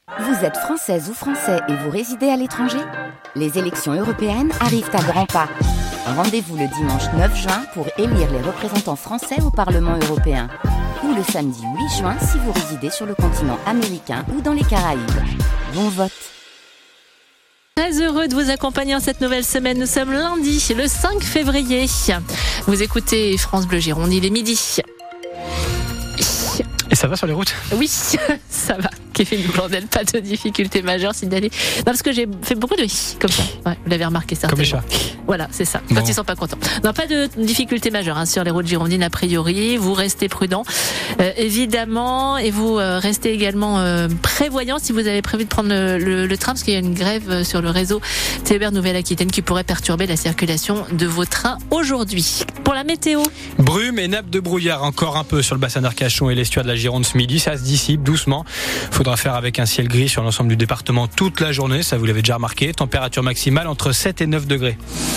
Vous êtes française ou français et vous résidez à l'étranger ? Les élections européennes arrivent à grands pas. Rendez-vous le dimanche 9 juin pour élire les représentants français au Parlement européen. Ou le samedi 8 juin si vous résidez sur le continent américain ou dans les Caraïbes. Bon vote! Très heureux de vous accompagner en cette nouvelle semaine. Nous sommes lundi, le 5 février. Vous écoutez France Bleu Gironde, il est midi. Et ça va sur les routes ? Oui, ça va. Kevin Blandel, pas de difficultés majeures, signalées. Non, parce que j'ai fait beaucoup de comme ça. Ouais, vous l'avez remarqué certainement. Comme les chats. Voilà, c'est ça. Quand ils sont pas contents. Non, pas de difficultés majeures sur les routes girondines a priori. Vous restez prudents, évidemment, et vous restez également prévoyants si vous avez prévu de prendre le train, parce qu'il y a une grève sur le réseau TER Nouvelle-Aquitaine qui pourrait perturber la circulation de vos trains aujourd'hui. Pour la météo. Brume et nappe de brouillard encore un peu sur le bassin d'Arcachon et l'estuaire de la Gironde ce midi. Ça se dissipe doucement. Faudra faire avec un ciel gris sur l'ensemble du département toute la journée. Ça, vous l'avez déjà remarqué. Température maximale entre 7 et 9 degrés.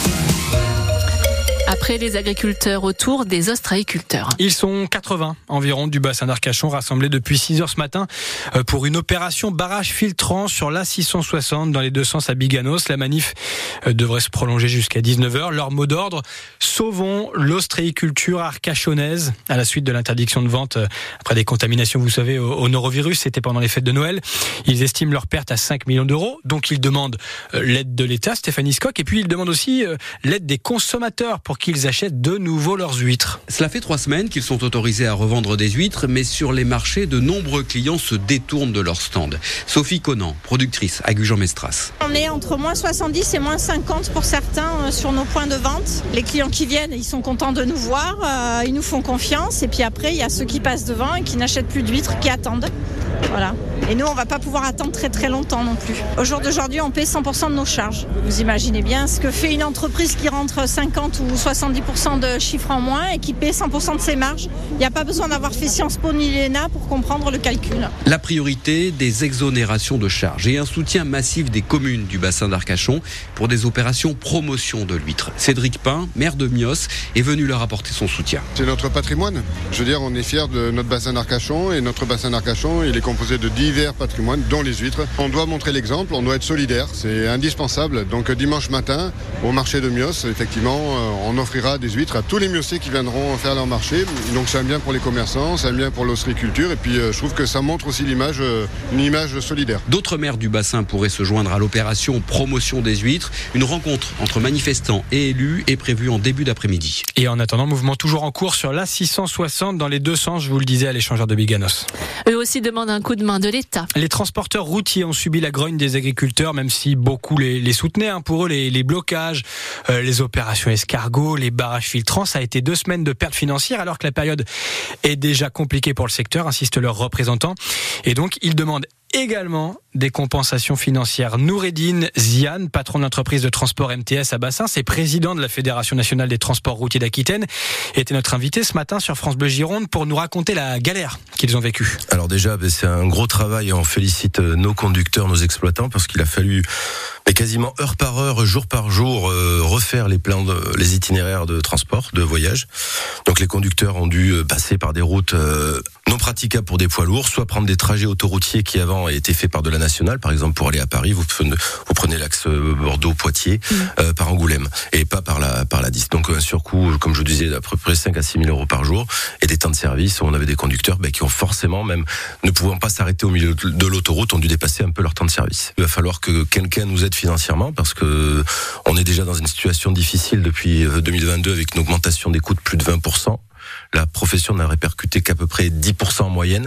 Après les agriculteurs autour des ostréiculteurs. Ils sont 80 environ du bassin d'Arcachon rassemblés depuis 6h ce matin pour une opération barrage filtrant sur l'A660 dans les deux sens à Biganos. La manif devrait se prolonger jusqu'à 19h. Leur mot d'ordre, sauvons l'ostréiculture arcachonnaise à la suite de l'interdiction de vente après des contaminations, vous savez, au norovirus. C'était pendant les fêtes de Noël. Ils estiment leur perte à 5 millions d'euros. Donc ils demandent l'aide de l'État, Stéphanie Skock, et puis ils demandent aussi l'aide des consommateurs pour qu'ils achètent de nouveau leurs huîtres. Cela fait 3 semaines qu'ils sont autorisés à revendre des huîtres, mais sur les marchés, de nombreux clients se détournent de leur stand. Sophie Conan, productrice à Gujan-Mestras. On est entre moins 70 et moins 50 pour certains sur nos points de vente. Les clients qui viennent, ils sont contents de nous voir, ils nous font confiance. Et puis après, il y a ceux qui passent devant et qui n'achètent plus d'huîtres, qui attendent. Voilà. Et nous, on ne va pas pouvoir attendre très très longtemps non plus. Au jour d'aujourd'hui, on paie 100% de nos charges. Vous imaginez bien ce que fait une entreprise qui rentre 50 ou 70% de chiffre en moins et qui paie 100% de ses marges. Il n'y a pas besoin d'avoir fait Sciences Po ni l'ENA pour comprendre le calcul. La priorité, des exonérations de charges et un soutien massif des communes du bassin d'Arcachon pour des opérations promotion de l'huître. Cédric Pain, maire de Mios, est venu leur apporter son soutien. C'est notre patrimoine. Je veux dire, on est fiers de notre bassin d'Arcachon et notre bassin d'Arcachon, il est composé de divers patrimoines, dont les huîtres. On doit montrer l'exemple, on doit être solidaire, c'est indispensable. Donc dimanche matin, au marché de Mios, effectivement, on offrira des huîtres à tous les Miosais qui viendront faire leur marché. Donc c'est un bien pour les commerçants, c'est un bien pour l'ostréiculture, et puis je trouve que ça montre aussi une image solidaire. D'autres maires du bassin pourraient se joindre à l'opération promotion des huîtres. Une rencontre entre manifestants et élus est prévue en début d'après-midi. Et en attendant, mouvement toujours en cours sur l'A660 dans les deux sens, je vous le disais, à l'échangeur de Biganos. Eux aussi demandent un coup de main de l'État. Les transporteurs routiers ont subi la grogne des agriculteurs, même si beaucoup les soutenaient. Pour eux, les blocages, les opérations escargots, les barrages filtrants, ça a été 2 semaines de pertes financières, alors que la période est déjà compliquée pour le secteur, insistent leurs représentants. Et donc, ils demandent également des compensations financières. Noureddine Ziane, patron de l'entreprise de transport MTS à Bassins, c'est président de la Fédération nationale des transports routiers d'Aquitaine, était notre invité ce matin sur France Bleu Gironde pour nous raconter la galère qu'ils ont vécue. Alors déjà, c'est un gros travail et on félicite nos conducteurs, nos exploitants, parce qu'il a fallu quasiment heure par heure, jour par jour, refaire les plans, les itinéraires de transport, de voyage. Donc les conducteurs ont dû passer par des routes non praticables pour des poids lourds, soit prendre des trajets autoroutiers qui avant étaient faits par de la nationale, par exemple pour aller à Paris, vous prenez l'axe Bordeaux-Poitiers par Angoulême et pas par la 10. Donc un surcoût, comme je vous disais, d'à peu près 5 à 6 000 euros par jour, et des temps de service où on avait des conducteurs qui ont forcément, même ne pouvant pas s'arrêter au milieu de l'autoroute, ont dû dépasser un peu leur temps de service. Il va falloir que quelqu'un nous aide financièrement, parce que on est déjà dans une situation difficile depuis 2022 avec une augmentation des coûts de plus de 20%. La profession n'a répercuté qu'à peu près 10% en moyenne.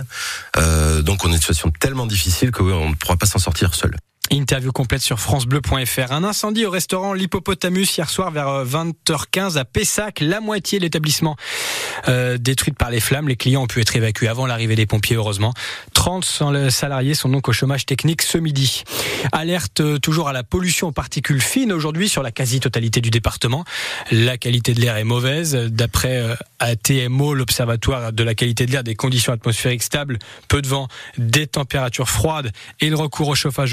Donc on est dans une situation tellement difficile qu'on ne pourra pas s'en sortir seul. Interview complète sur francebleu.fr. Un incendie au restaurant L'Hippopotamus hier soir vers 20h15 à Pessac. La moitié de l'établissement détruite par les flammes. Les clients ont pu être évacués avant l'arrivée des pompiers, heureusement. 30 salariés sont donc au chômage technique ce midi. Alerte toujours à la pollution aux particules fines aujourd'hui sur la quasi-totalité du département. La qualité de l'air est mauvaise. D'après ATMO, l'Observatoire de la qualité de l'air, des conditions atmosphériques stables, peu de vent, des températures froides et le recours au chauffage au bois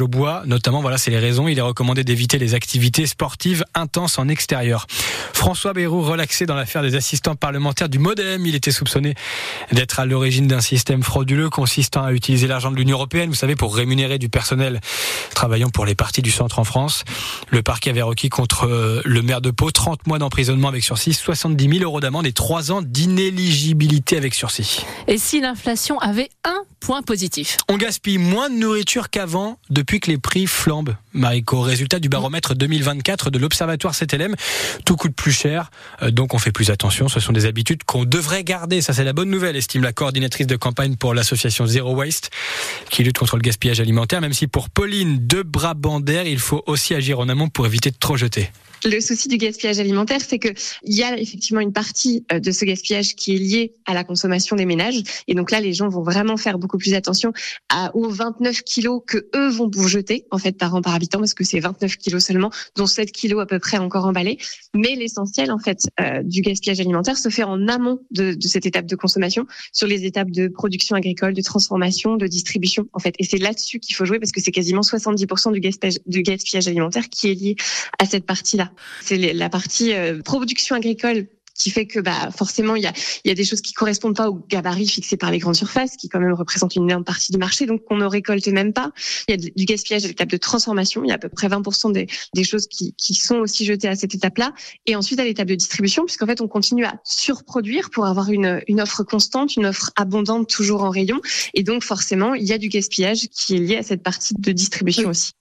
notamment. Voilà, c'est les raisons. Il est recommandé d'éviter les activités sportives intenses en extérieur. François Bayrou relaxé dans l'affaire des assistants parlementaires du MoDem. Il était soupçonné d'être à l'origine d'un système frauduleux consistant à utiliser l'argent de l'Union européenne, vous savez, pour rémunérer du personnel travaillant pour les partis du centre en France. Le parquet avait requis contre le maire de Pau 30 mois d'emprisonnement avec sursis, 70 000 € d'amende et 3 ans d'inéligibilité avec sursis. Et si l'inflation avait un point positif? On gaspille moins de nourriture qu'avant depuis que les prix flambent. Mariko, résultat du baromètre 2024 de l'Observatoire CTLM, tout coûte plus cher, donc on fait plus attention. Ce sont des habitudes qu'on devrait garder. Ça, c'est la bonne nouvelle, estime la coordinatrice de campagne pour l'association Zero Waste, qui lutte contre le gaspillage alimentaire, même si pour Pauline de Brabander, il faut aussi agir en amont pour éviter de trop jeter. Le souci du gaspillage alimentaire, c'est que il y a effectivement une partie de ce gaspillage qui est liée à la consommation des ménages. Et donc là, les gens vont vraiment faire beaucoup plus attention aux 29 kilos que eux vont vous jeter, en fait, par an par habitant, parce que c'est 29 kilos seulement, dont 7 kilos à peu près encore emballés. Mais l'essentiel, en fait, du gaspillage alimentaire se fait en amont de cette étape de consommation, sur les étapes de production agricole, de transformation, de distribution, en fait. Et c'est là-dessus qu'il faut jouer, parce que c'est quasiment 70% du gaspillage alimentaire qui est lié à cette partie-là. C'est la partie production agricole qui fait que forcément il y a des choses qui correspondent pas aux gabarits fixés par les grandes surfaces, qui quand même représentent une énorme partie du marché, donc on ne récolte même pas. Il y a du gaspillage à l'étape de transformation, il y a à peu près 20% des choses qui sont aussi jetées à cette étape-là, et ensuite à l'étape de distribution, puisqu'en fait on continue à surproduire pour avoir une offre constante, une offre abondante toujours en rayon, et donc forcément il y a du gaspillage qui est lié à cette partie de distribution aussi.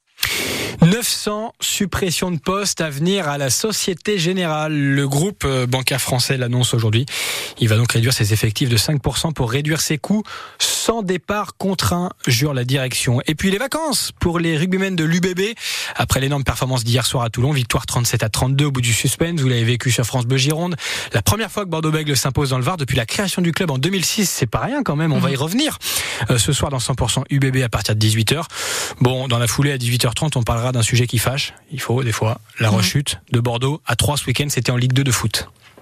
900 suppressions de postes à venir à la Société Générale. Le groupe bancaire français l'annonce aujourd'hui. Il va donc réduire ses effectifs de 5% pour réduire ses coûts sans départ contraint, jure la direction. Et puis les vacances pour les rugbymen de l'UBB. Après l'énorme performance d'hier soir à Toulon, victoire 37-32 au bout du suspense. Vous l'avez vécu sur France Bleu Gironde. La première fois que Bordeaux-Bègles s'impose dans le Var depuis la création du club en 2006. C'est pas rien quand même. On va y revenir ce soir dans 100% UBB à partir de 18h. Bon, dans la foulée à 18h30, on parlera d'un sujet qui fâche. Il faut des fois la rechute de Bordeaux à 3 ce week-end. C'était en Ligue 2 de foot.